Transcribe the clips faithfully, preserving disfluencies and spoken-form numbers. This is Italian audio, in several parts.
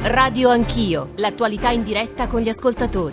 Radio Anch'io, l'attualità in diretta con gli ascoltatori.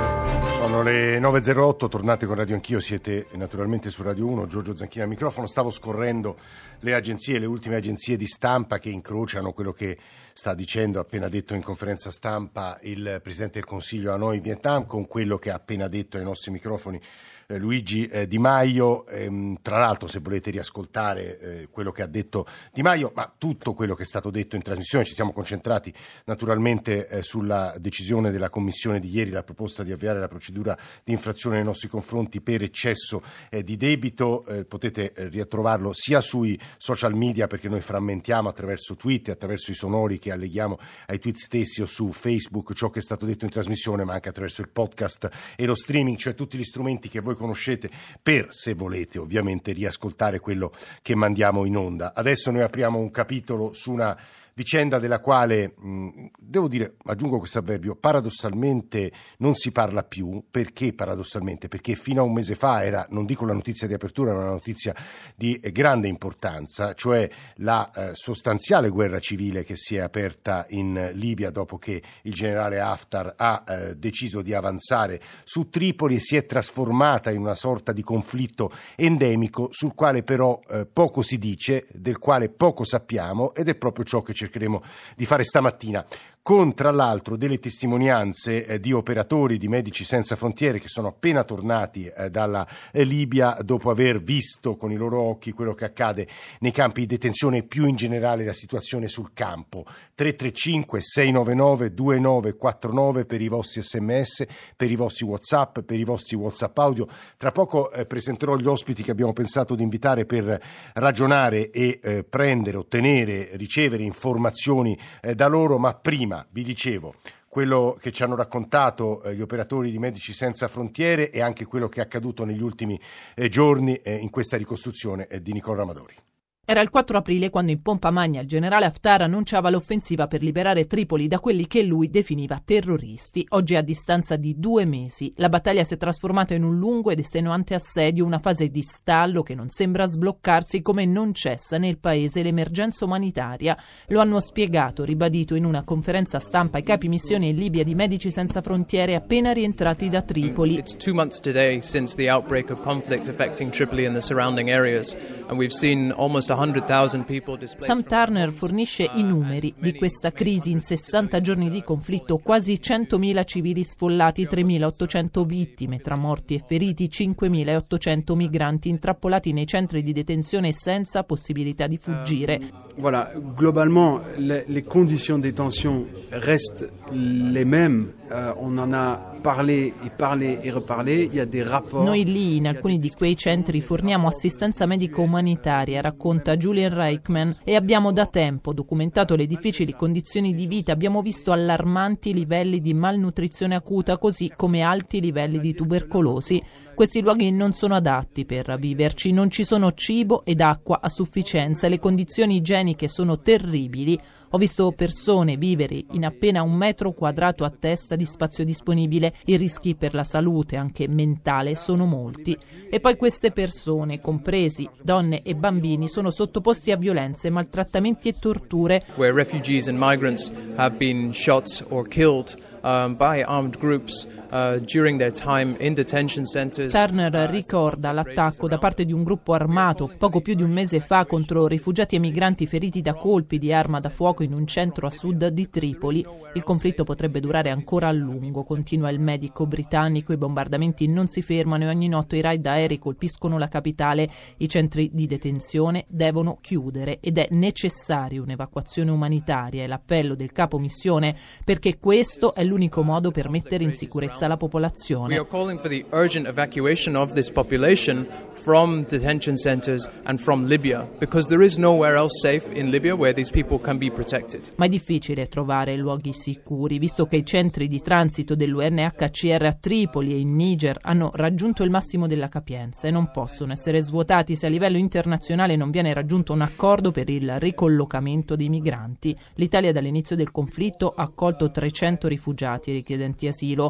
Sono le nove e zero otto, tornate con Radio Anch'io, siete naturalmente su Radio uno, Giorgio Zanchini al microfono. Stavo scorrendo le agenzie, le ultime agenzie di stampa che incrociano quello che sta dicendo, appena detto in conferenza stampa il Presidente del Consiglio Hanoi Vietnam, con quello che ha appena detto ai nostri microfoni eh, Luigi eh, Di Maio. Ehm, tra l'altro, se volete riascoltare eh, quello che ha detto Di Maio, ma tutto quello che è stato detto in trasmissione, ci siamo concentrati naturalmente eh, sulla decisione della Commissione di ieri, la proposta di avviare la procedura di infrazione nei nostri confronti per eccesso eh, di debito. Eh, potete eh, ritrovarlo sia sui social media, perché noi frammentiamo attraverso tweet, attraverso i sonori che alleghiamo ai tweet stessi, o su Facebook ciò che è stato detto in trasmissione, ma anche attraverso il podcast e lo streaming, cioè tutti gli strumenti che voi conoscete per, se volete ovviamente, riascoltare quello che mandiamo in onda. Adesso noi apriamo un capitolo su una vicenda della quale, mh, devo dire, aggiungo questo avverbio, paradossalmente non si parla più. Perché paradossalmente? Perché fino a un mese fa era, non dico la notizia di apertura, ma una notizia di eh, grande importanza, cioè la eh, sostanziale guerra civile che si è aperta in Libia dopo che il generale Haftar ha eh, deciso di avanzare su Tripoli, e si è trasformata in una sorta di conflitto endemico sul quale però eh, poco si dice, del quale poco sappiamo, ed è proprio ciò che cercheremo di fare stamattina, con tra l'altro delle testimonianze eh, di operatori di Medici Senza Frontiere che sono appena tornati eh, dalla eh, Libia dopo aver visto con i loro occhi quello che accade nei campi di detenzione e più in generale la situazione sul campo. tre tre cinque sei nove nove due nove quattro nove per i vostri sms, per i vostri WhatsApp, per i vostri WhatsApp audio. Tra poco eh, presenterò gli ospiti che abbiamo pensato di invitare per ragionare e eh, prendere, ottenere, ricevere informazioni eh, da loro, ma prima vi dicevo quello che ci hanno raccontato eh, gli operatori di Medici Senza Frontiere e anche quello che è accaduto negli ultimi eh, giorni eh, in questa ricostruzione eh, di Nicola Ramadori. Era il quattro aprile quando in pompa magna il generale Haftar annunciava l'offensiva per liberare Tripoli da quelli che lui definiva terroristi. Oggi, a distanza di due mesi, la battaglia si è trasformata in un lungo ed estenuante assedio, una fase di stallo che non sembra sbloccarsi, come non cessa nel paese l'emergenza umanitaria. Lo hanno spiegato, ribadito in una conferenza stampa i capi missione in Libia di Medici Senza Frontiere appena rientrati da Tripoli. It's two months today since the outbreak of conflict affecting Tripoli and the surrounding areas, and we've seen almost one hundred thousand people displaced. Sam Turner fornisce i numeri di questa crisi. In sessanta giorni di conflitto, quasi centomila civili sfollati, tremilaottocento vittime tra morti e feriti, cinquemilaottocento migranti intrappolati nei centri di detenzione senza possibilità di fuggire. Voilà, globalement, les, les conditions de détention restent les mêmes. Uh, on en a parlé et parlé et reparlé. Il y a des rapports. Noi lì, in alcuni di quei centri, forniamo assistenza medico-umanitaria, racconta Julian Reichman, e abbiamo da tempo documentato le difficili condizioni di vita. Abbiamo visto allarmanti livelli di malnutrizione acuta, così come alti livelli di tubercolosi. Questi luoghi non sono adatti per viverci, non ci sono cibo ed acqua a sufficienza, le condizioni igieniche sono terribili. Ho visto persone vivere in appena un metro quadrato a testa di spazio disponibile. I rischi per la salute, anche mentale, sono molti. E poi queste persone, compresi donne e bambini, sono sottoposti a violenze, maltrattamenti e torture. Where refugees and migrants have been shot or killed Um, by armed groups uh, during their time in detention centers. Turner ricorda l'attacco da parte di un gruppo armato poco più di un mese fa contro rifugiati e migranti feriti da colpi di arma da fuoco in un centro a sud di Tripoli. Il conflitto potrebbe durare ancora a lungo, continua il medico britannico. I bombardamenti non si fermano e ogni notte i raid aerei colpiscono la capitale. I centri di detenzione devono chiudere ed è necessaria un'evacuazione umanitaria. È l'appello del capo missione, perché questo è l'unico modo per mettere in sicurezza la popolazione. We are calling for the urgent evacuation of this population from detention centers and from Libya, because there is nowhere else safe in Libya where these people can be protected. Ma è difficile trovare luoghi sicuri, visto che i centri di transito dell'U N H C R a Tripoli e in Niger hanno raggiunto il massimo della capienza e non possono essere svuotati se a livello internazionale non viene raggiunto un accordo per il ricollocamento dei migranti. L'Italia dall'inizio del conflitto ha accolto trecento rifugiati e richiedenti asilo. Attraverso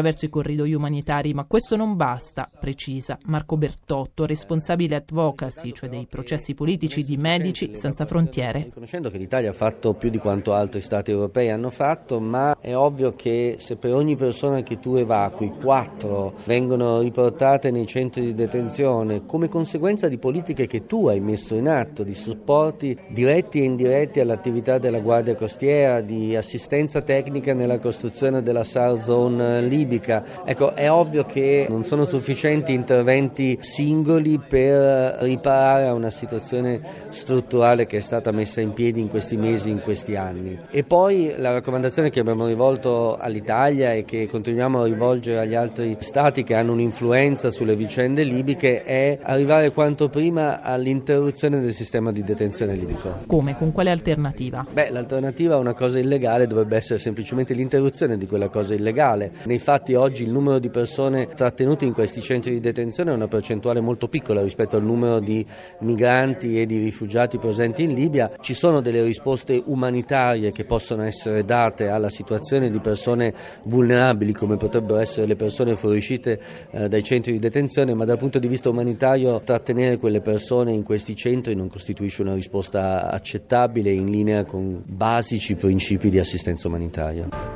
attraverso i corridoi umanitari, ma questo non basta, precisa Marco Bertotto, responsabile advocacy, cioè dei processi politici di Medici Senza Frontiere. Riconoscendo che l'Italia ha fatto più di quanto altri stati europei hanno fatto, ma è ovvio che se per ogni persona che tu evacui quattro vengono riportate nei centri di detenzione come conseguenza di politiche che tu hai messo in atto, di supporti diretti e indiretti all'attività della Guardia Costiera, di assistenza tecnica nella costruzione della SAR Zone libica, ecco, è ovvio che non sono sufficienti interventi singoli per riparare a una situazione strutturale che è stata messa in piedi in questi mesi, in questi anni. E poi la raccomandazione che abbiamo rivolto all'Italia e che continuiamo a rivolgere agli altri stati che hanno un'influenza sulle vicende libiche è arrivare quanto prima all'interruzione del sistema di detenzione libico. Come? Con quale alternativa? Beh, l'alternativa a una cosa illegale dovrebbe essere semplicemente l'interruzione di quella cosa illegale. Nei fatti oggi il numero di persone trattenute in questi centri di detenzione è una percentuale molto piccola rispetto al numero di migranti e di rifugiati presenti in Libia. Ci sono delle risposte umanitarie che possono essere date alla situazione di persone vulnerabili, come potrebbero essere le persone fuoriuscite eh, dai centri di detenzione, ma dal punto di vista umanitario trattenere quelle persone in questi centri non costituisce una risposta accettabile in linea con basici principi di assistenza umanitaria.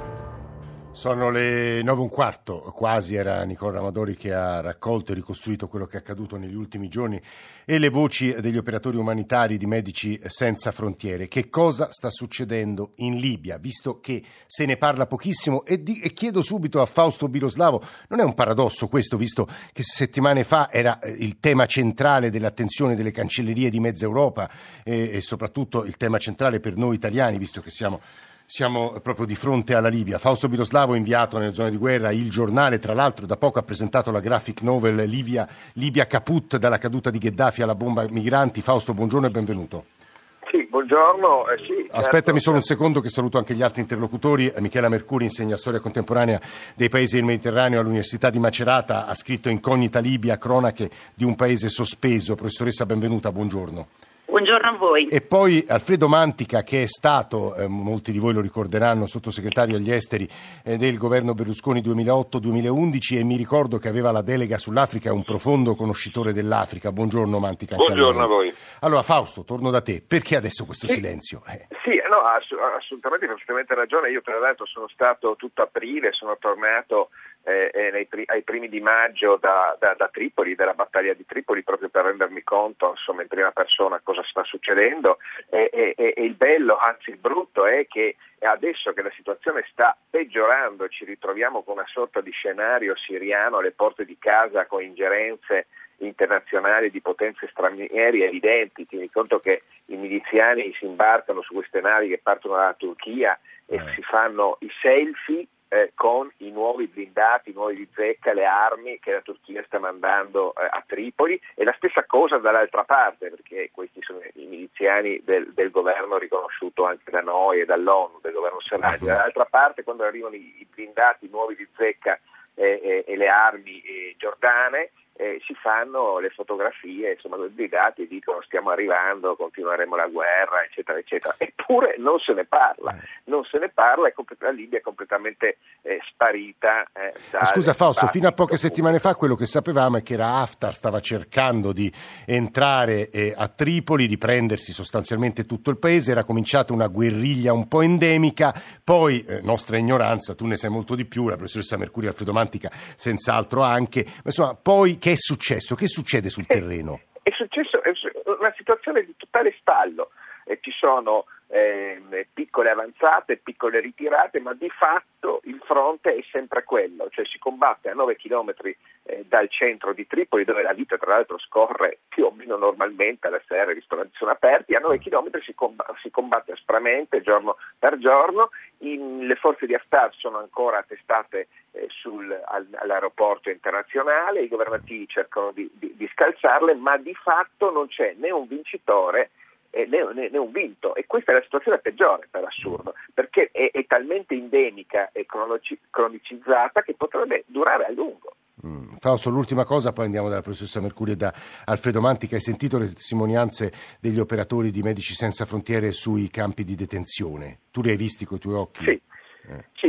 Sono le nove e un quarto, quasi era Nicola Amadori che ha raccolto e ricostruito quello che è accaduto negli ultimi giorni e le voci degli operatori umanitari di Medici Senza Frontiere. Che cosa sta succedendo in Libia, visto che se ne parla pochissimo e, di, e chiedo subito a Fausto Biloslavo, non è un paradosso questo, visto che settimane fa era il tema centrale dell'attenzione delle cancellerie di mezza Europa e, e soprattutto il tema centrale per noi italiani, visto che siamo... Siamo proprio di fronte alla Libia. Fausto Biloslavo, inviato nelle zone di guerra, Il Giornale, tra l'altro da poco ha presentato la graphic novel Libia, Libia Caput, dalla caduta di Gheddafi alla bomba migranti. Fausto, buongiorno e benvenuto. Sì, buongiorno. Eh, sì, Aspettami certo. solo un secondo che saluto anche gli altri interlocutori. Michela Mercuri insegna storia contemporanea dei paesi del Mediterraneo all'Università di Macerata, ha scritto Incognita Libia, cronache di un paese sospeso. Professoressa, benvenuta, buongiorno. Buongiorno a voi. E poi Alfredo Mantica, che è stato, eh, molti di voi lo ricorderanno, sottosegretario agli esteri eh, del governo Berlusconi duemilaotto duemilaundici, e mi ricordo che aveva la delega sull'Africa, è un profondo conoscitore dell'Africa. Buongiorno Mantica. Buongiorno a, a voi. Allora Fausto, torno da te. Perché adesso questo sì. silenzio? Eh. Sì, no, ass- assolutamente, perfettamente ragione. Io tra l'altro sono stato tutto aprile, sono tornato eh, eh, nei pri- ai primi di maggio da, da, da Tripoli, dalla battaglia di Tripoli, proprio per rendermi conto, insomma, in prima persona cosa sta succedendo e, e, e il bello, anzi il brutto, è che adesso che la situazione sta peggiorando, ci ritroviamo con una sorta di scenario siriano alle porte di casa, con ingerenze internazionali di potenze straniere evidenti. Tieni conto che i miliziani si imbarcano su queste navi che partono dalla Turchia e si fanno i selfie Eh, con i nuovi blindati, i nuovi di zecca, le armi che la Turchia sta mandando eh, a Tripoli, e la stessa cosa dall'altra parte, perché questi sono i miliziani del, del governo riconosciuto anche da noi e dall'ONU, del governo Serraj. Dall'altra parte, quando arrivano i, i blindati nuovi di zecca eh, eh, e le armi eh, giordane, Eh, si fanno le fotografie, insomma, dei dati, e dicono stiamo arrivando, continueremo la guerra, eccetera, eccetera. Eppure non se ne parla, non se ne parla, e la Libia è completamente eh, sparita. Eh, Scusa Fausto, fino a poche settimane fa quello che sapevamo è che era Haftar stava cercando di entrare eh, a Tripoli, di prendersi sostanzialmente tutto il paese, era cominciata una guerriglia un po' endemica, poi eh, nostra ignoranza, tu ne sai molto di più, la professoressa Mercuri, Alfredo Mantica senz'altro anche, ma insomma poi che è successo? Che succede sul terreno? È successo è una situazione di totale stallo. Eh, ci sono eh, piccole avanzate, piccole ritirate, ma di fatto il fronte è sempre quello, cioè si combatte a nove chilometri eh, dal centro di Tripoli, dove la vita tra l'altro scorre più o meno normalmente, alla sera i ristoranti sono aperti, a nove chilometri si, comb- si combatte aspramente giorno per giorno. In, le forze di Haftar sono ancora attestate eh, sul, al, all'aeroporto internazionale, i governativi cercano di, di, di scalzarle, ma di fatto non c'è né un vincitore eh, né, né, né un vinto, e questa è la situazione peggiore, per assurdo, perché è, è talmente endemica e cronici, cronicizzata che potrebbe durare a lungo. Mm. Fausto, l'ultima cosa, poi andiamo dalla professoressa Mercuri e da Alfredo Mantica. Hai sentito le testimonianze degli operatori di Medici Senza Frontiere sui campi di detenzione? Tu li hai visti con i tuoi occhi? Sì, eh. sì io li ho visti.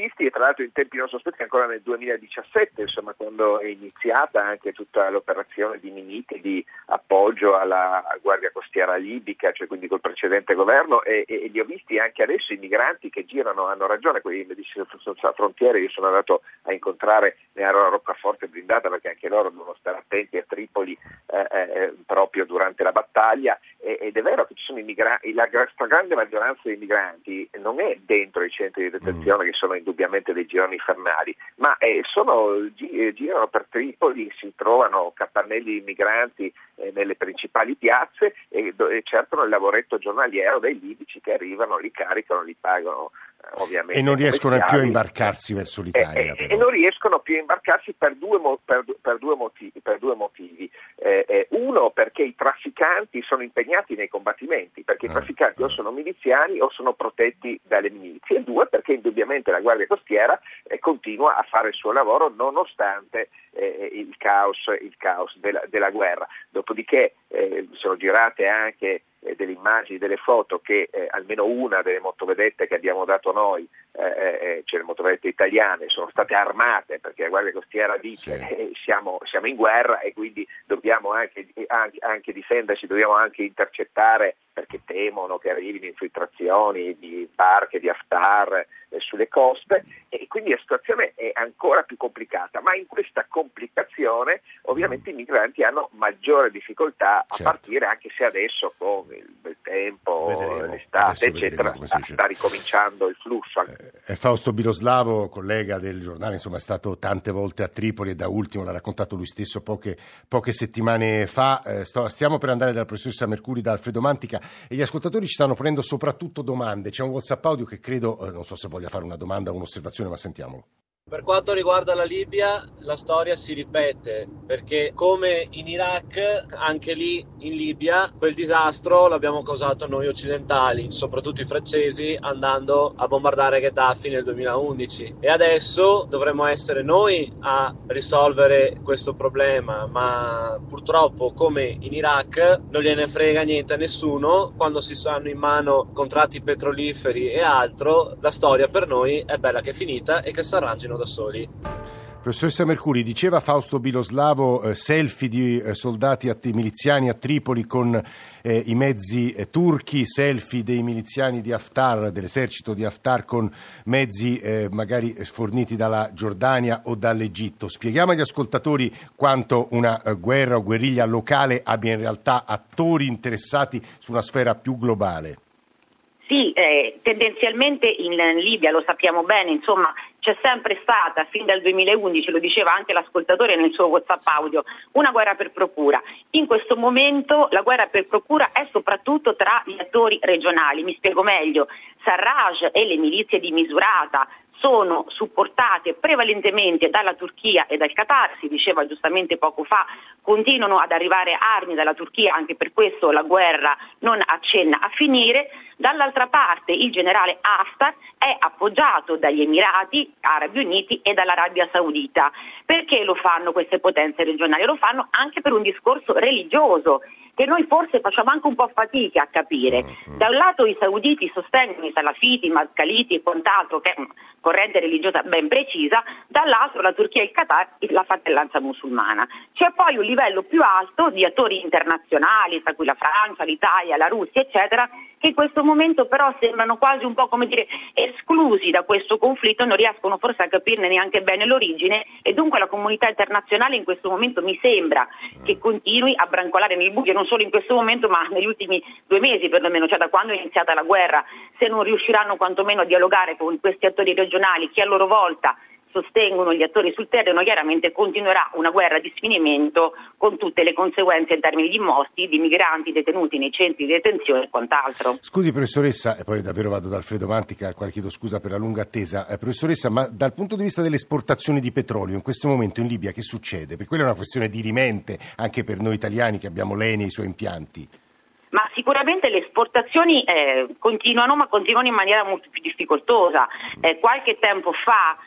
visti, e tra l'altro in tempi non sospetti ancora nel duemiladiciassette, insomma, quando è iniziata anche tutta l'operazione di Miniti di appoggio alla Guardia Costiera libica, cioè quindi col precedente governo, e, e li ho visti anche adesso i migranti che girano, hanno ragione, quelli di Senza Frontiere. Io sono andato a incontrare nella roccaforte blindata, perché anche loro devono stare attenti a Tripoli eh, eh, proprio durante la battaglia, e, ed è vero che ci sono i migranti, la stragrande maggioranza dei migranti non è dentro i centri di detenzione, mm. che sono indubbiamente dei gironi infernali, ma eh, sono, gi- girano per Tripoli, si trovano capannelli di migranti eh, nelle principali piazze e, do- e cercano il lavoretto giornaliero dei libici che arrivano, li caricano, li pagano eh, ovviamente. E non riescono più a imbarcarsi eh, verso l'Italia. Eh, eh, e non riescono più a imbarcarsi per due, mo- per, per due motivi. Per due motivi. Eh, eh, uno, perché i trafficanti sono impegnati nei combattimenti, perché ah, i trafficanti ah. o sono miliziani o sono protetti dalle milizie. E due, perché indubbiamente la Guardia Costiera eh, continua a fare il suo lavoro nonostante eh, il caos, il caos della, della guerra. Dopodiché eh, sono girate anche eh, delle immagini, delle foto che eh, almeno una delle motovedette che abbiamo dato noi, eh, eh, cioè le motovedette italiane, sono state armate, perché la Guardia Costiera dice sì. eh, siamo, siamo in guerra e quindi dobbiamo anche, anche, anche difenderci, dobbiamo anche intercettare, perché temono che arrivino infiltrazioni di barche di Haftar eh, sulle coste, e quindi la situazione è ancora più complicata. Ma in questa complicazione ovviamente mm. i migranti hanno maggiore difficoltà a certo. partire, anche se adesso con il bel tempo, vedremo, l'estate eccetera sta, sta ricominciando il flusso. Eh, Fausto Biloslavo, collega del giornale, insomma è stato tante volte a Tripoli e da ultimo l'ha raccontato lui stesso poche, poche settimane fa. Eh, sto, stiamo per andare dalla professoressa Mercuri, da Alfredo Mantica, e gli ascoltatori ci stanno ponendo soprattutto domande. C'è un WhatsApp audio che credo, eh, non so se voglia fare una domanda o un'osservazione, ma sentiamolo. Per quanto riguarda la Libia, la storia si ripete, perché come in Iraq, anche lì in Libia, quel disastro l'abbiamo causato noi occidentali, soprattutto i francesi, andando a bombardare Gheddafi nel duemilaundici. E adesso dovremmo essere noi a risolvere questo problema, ma purtroppo, come in Iraq, non gliene frega niente a nessuno. Quando si hanno in mano contratti petroliferi e altro, la storia per noi è bella che è finita e che si arrangino da soli. Professoressa Mercuri, diceva Fausto Biloslavo, eh, selfie di eh, soldati atti, miliziani a Tripoli con eh, i mezzi eh, turchi, selfie dei miliziani di Haftar, dell'esercito di Haftar con mezzi eh, magari forniti dalla Giordania o dall'Egitto. Spieghiamo agli ascoltatori quanto una eh, guerra o guerriglia locale abbia in realtà attori interessati su una sfera più globale. Sì, eh, tendenzialmente in Libia, lo sappiamo bene, insomma, c'è sempre stata, fin dal duemilaundici, lo diceva anche l'ascoltatore nel suo WhatsApp audio, una guerra per procura. In questo momento la guerra per procura è soprattutto tra gli attori regionali. Mi spiego meglio. Sarraj e le milizie di Misurata sono supportate prevalentemente dalla Turchia e dal Qatar, si diceva giustamente poco fa, continuano ad arrivare armi dalla Turchia, anche per questo la guerra non accenna a finire. Dall'altra parte il generale Haftar è appoggiato dagli Emirati Arabi Uniti e dall'Arabia Saudita. Perché lo fanno queste potenze regionali? Lo fanno anche per un discorso religioso, che noi forse facciamo anche un po' fatica a capire. Da un lato i sauditi sostengono i salafiti, i mascaliti e quant'altro, che è una corrente religiosa ben precisa, dall'altro la Turchia e il Qatar la fratellanza musulmana. C'è poi un livello più alto di attori internazionali, tra cui la Francia, l'Italia, la Russia, eccetera, che in questo momento però sembrano quasi un po', come dire, esclusi da questo conflitto, non riescono forse a capirne neanche bene l'origine, e dunque la comunità internazionale in questo momento mi sembra che continui a brancolare nel buio, non solo in questo momento ma negli ultimi due mesi perlomeno, cioè da quando è iniziata la guerra. Se non riusciranno quantomeno a dialogare con questi attori regionali che a loro volta sostengono gli attori sul terreno, chiaramente continuerà una guerra di sfinimento con tutte le conseguenze in termini di morti, di migranti detenuti nei centri di detenzione e quant'altro. Scusi professoressa, e poi davvero vado da Alfredo Mantica, al quale chiedo scusa per la lunga attesa. Eh, professoressa, ma dal punto di vista delle esportazioni di petrolio in questo momento in Libia che succede? Perché quella è una questione dirimente anche per noi italiani che abbiamo l'E N I e i suoi impianti. Ma sicuramente le esportazioni eh, continuano, ma continuano in maniera molto più difficoltosa. Eh, qualche tempo fa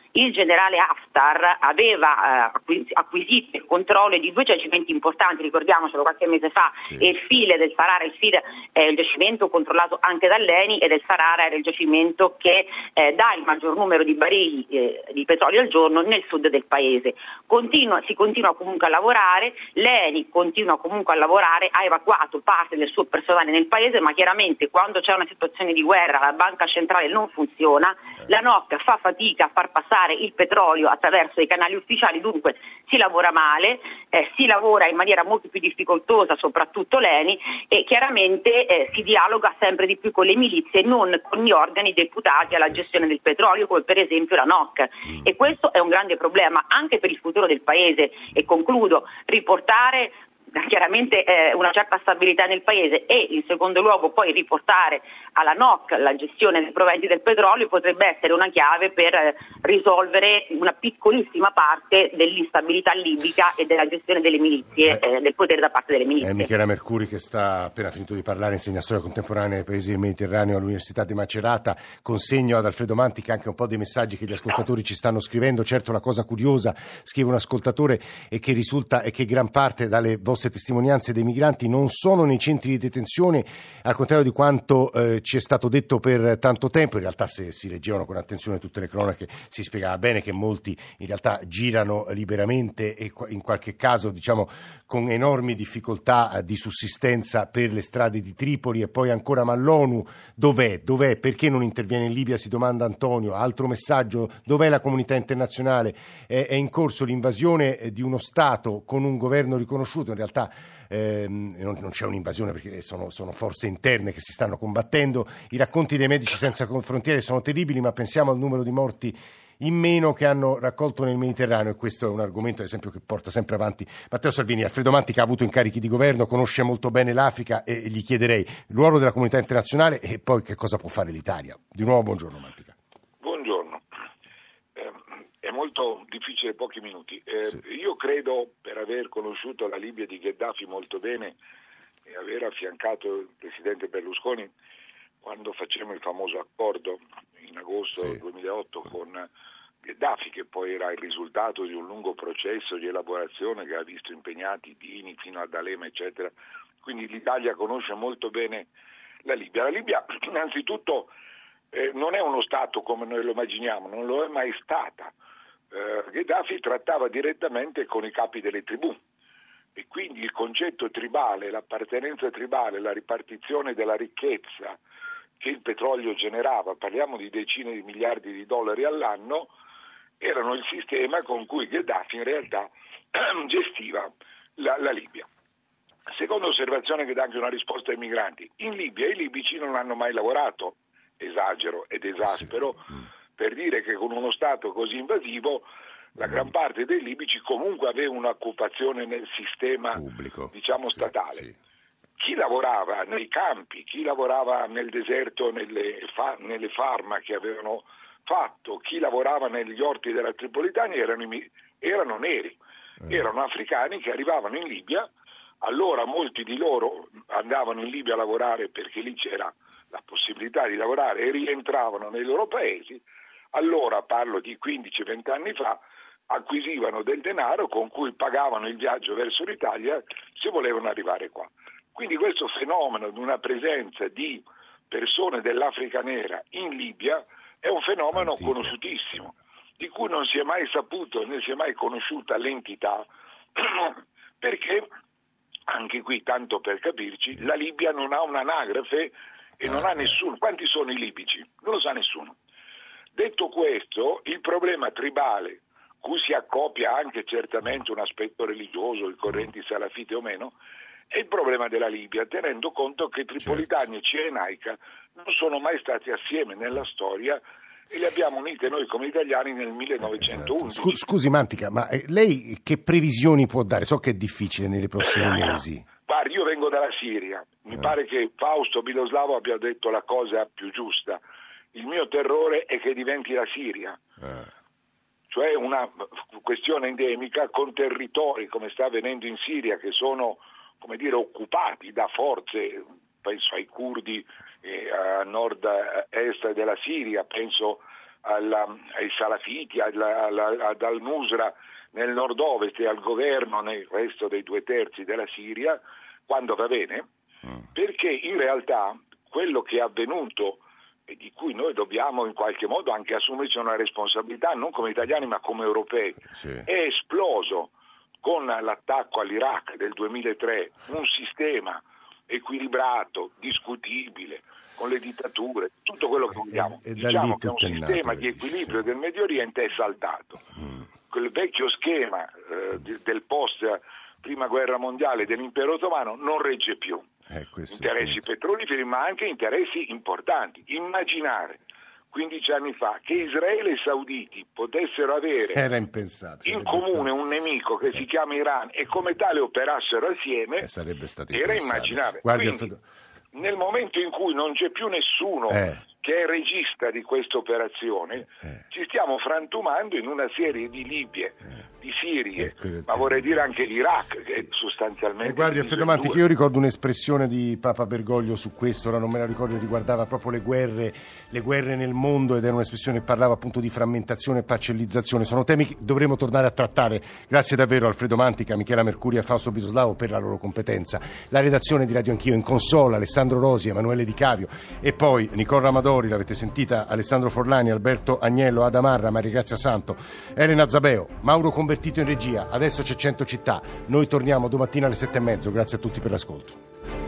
il generale Haftar aveva eh, acquisito il controllo di due giacimenti importanti, ricordiamocelo, qualche mese fa, sì. E il File del Sarara, il File è il giacimento controllato anche dall'Eni, ed il Sarara era il giacimento che eh, dà il maggior numero di barili eh, di petrolio al giorno nel sud del paese. Continua, si continua comunque a lavorare, l'Eni continua comunque a lavorare, ha evacuato parte del suo personale nel paese, ma chiaramente quando c'è una situazione di guerra la banca centrale non funziona, la N O C fa fatica a far passare il petrolio attraverso i canali ufficiali, dunque si lavora male, eh, si lavora in maniera molto più difficoltosa, soprattutto l'Eni, e chiaramente eh, si dialoga sempre di più con le milizie, non con gli organi deputati alla gestione del petrolio, come per esempio la N O C, e questo è un grande problema anche per il futuro del paese. E concludo, riportare chiaramente eh, una certa stabilità nel paese e in secondo luogo poi riportare alla N O C la gestione dei proventi del petrolio potrebbe essere una chiave per eh, risolvere una piccolissima parte dell'instabilità libica e della gestione delle milizie, eh, del potere da parte delle milizie. È Michela Mercuri, che sta appena finito di parlare, insegna storia contemporanea ai paesi del Mediterraneo all'Università di Macerata. Consegno ad Alfredo Mantica anche un po' dei messaggi che gli ascoltatori ci stanno scrivendo. Certo, la cosa curiosa, scrive un ascoltatore, è che risulta è che gran parte dalle vostre testimonianze dei migranti non sono nei centri di detenzione, al contrario di quanto eh, ci è stato detto per tanto tempo. In realtà, se si leggevano con attenzione tutte le cronache, si spiegava bene che molti in realtà girano liberamente e in qualche caso, diciamo, con enormi difficoltà di sussistenza per le strade di Tripoli. E poi ancora, ma l'ONU dov'è? Dov'è? Perché non interviene in Libia? Si domanda Antonio. Altro messaggio: dov'è la comunità internazionale? È, è in corso l'invasione di uno Stato con un governo riconosciuto. In realtà Ehm, non, non c'è un'invasione, perché sono, sono forze interne che si stanno combattendo. I racconti dei Medici Senza Frontiere sono terribili, ma pensiamo al numero di morti in meno che hanno raccolto nel Mediterraneo, e questo è un argomento, ad esempio, che porta sempre avanti Matteo Salvini. Alfredo Mantica ha avuto incarichi di governo, conosce molto bene l'Africa, e gli chiederei il ruolo della comunità internazionale e poi che cosa può fare l'Italia. Di nuovo buongiorno Mantica. Buongiorno. Eh, è molto difficile, pochi minuti. Eh, sì. Io credo, per aver conosciuto la Libia di Gheddafi molto bene e aver affiancato il presidente Berlusconi quando facemmo il famoso accordo in agosto sì. duemilaotto con Gheddafi, che poi era il risultato di un lungo processo di elaborazione che ha visto impegnati Dini fino ad Alema, eccetera. Quindi l'Italia conosce molto bene la Libia. La Libia innanzitutto eh, non è uno Stato come noi lo immaginiamo, non lo è mai stata. Eh, Gheddafi trattava direttamente con i capi delle tribù, e quindi il concetto tribale, l'appartenenza tribale, la ripartizione della ricchezza che il petrolio generava, parliamo di decine di miliardi di dollari all'anno, erano il sistema con cui Gheddafi in realtà gestiva la, la Libia. Seconda osservazione, che dà anche una risposta ai migranti: in Libia i libici non hanno mai lavorato, esagero ed esaspero, per dire che con uno Stato così invasivo la gran parte dei libici comunque aveva un'occupazione nel sistema pubblico, diciamo statale. Sì, sì. Chi lavorava nei campi, chi lavorava nel deserto, nelle, fa, nelle farma che avevano fatto, chi lavorava negli orti della Tripolitania erano, erano neri, eh. erano africani che arrivavano in Libia. Allora molti di loro andavano in Libia a lavorare perché lì c'era la possibilità di lavorare e rientravano nei loro paesi. Allora, parlo di quindici venti anni fa, acquisivano del denaro con cui pagavano il viaggio verso l'Italia se volevano arrivare qua. Quindi questo fenomeno di una presenza di persone dell'Africa nera in Libia è un fenomeno Antico. conosciutissimo, di cui non si è mai saputo né si è mai conosciuta l'entità, perché anche qui, tanto per capirci, la Libia non ha un'anagrafe e non ha nessuno. Quanti sono i libici? Non lo sa nessuno. Detto questo, il problema tribale, cui si accoppia anche certamente un aspetto religioso, il correnti salafite o meno, è il problema della Libia, tenendo conto che Tripolitania e Cirenaica non sono mai stati assieme nella storia e le abbiamo unite noi come italiani nel millenovecentoundici. Scusi Mantica, ma lei che previsioni può dare? So che è difficile nelle prossime mesi. Guardi, io vengo dalla Siria, mi eh. pare che Fausto Biloslavo abbia detto la cosa più giusta. Il mio terrore è che diventi la Siria. Eh. Cioè una questione endemica con territori, come sta avvenendo in Siria, che sono, come dire, occupati da forze, penso ai curdi eh, a nord-est della Siria, penso alla, ai salafiti, alla, alla, ad al-Nusra nel nord-ovest e al governo nel resto dei due terzi della Siria, quando va bene, mm. perché in realtà quello che è avvenuto e di cui noi dobbiamo in qualche modo anche assumerci una responsabilità, non come italiani ma come europei, sì. è esploso con l'attacco all'Iraq del duemilatré un sistema equilibrato, discutibile, con le dittature, tutto quello che vogliamo. E, e diciamo che un sistema di equilibrio del Medio Oriente è saltato. Mm. Quel vecchio schema eh, del post prima guerra mondiale dell'impero ottomano non regge più. Eh, interessi petroliferi ma anche interessi importanti. Immaginare quindici anni fa che Israele e i sauditi potessero avere Era impensabile, in comune stato... un nemico che eh. si chiama Iran e come tale operassero assieme eh, sarebbe stato era immaginabile. Guardi, Quindi, Alfredo... nel momento in cui non c'è più nessuno eh. che è regista di questa operazione, eh. ci stiamo frantumando in una serie di Libie, eh. di Sirie, eh, ma vorrei dire anche l'Iraq, che è sostanzialmente... Eh, guardi, Alfredo Manti, che io ricordo un'espressione di Papa Bergoglio su questo, ora non me la ricordo, riguardava proprio le guerre, le guerre nel mondo, ed era un'espressione che parlava appunto di frammentazione e parcellizzazione. Sono temi che dovremo tornare a trattare. Grazie davvero Alfredo Mantica, Michela Mercuri e Fausto Bisoslavo per la loro competenza. La redazione di Radio Anch'io in console, Alessandro Rosi, Emanuele Di Cavio e poi Nicola Amadori, l'avete sentita, Alessandro Forlani, Alberto Agnello, Ada Marra, Maria Grazia Santo, Elena Zabeo, Mauro Convertito in regia. Adesso c'è cento città. Noi torniamo domattina alle sette e mezzo. Grazie a tutti per l'ascolto.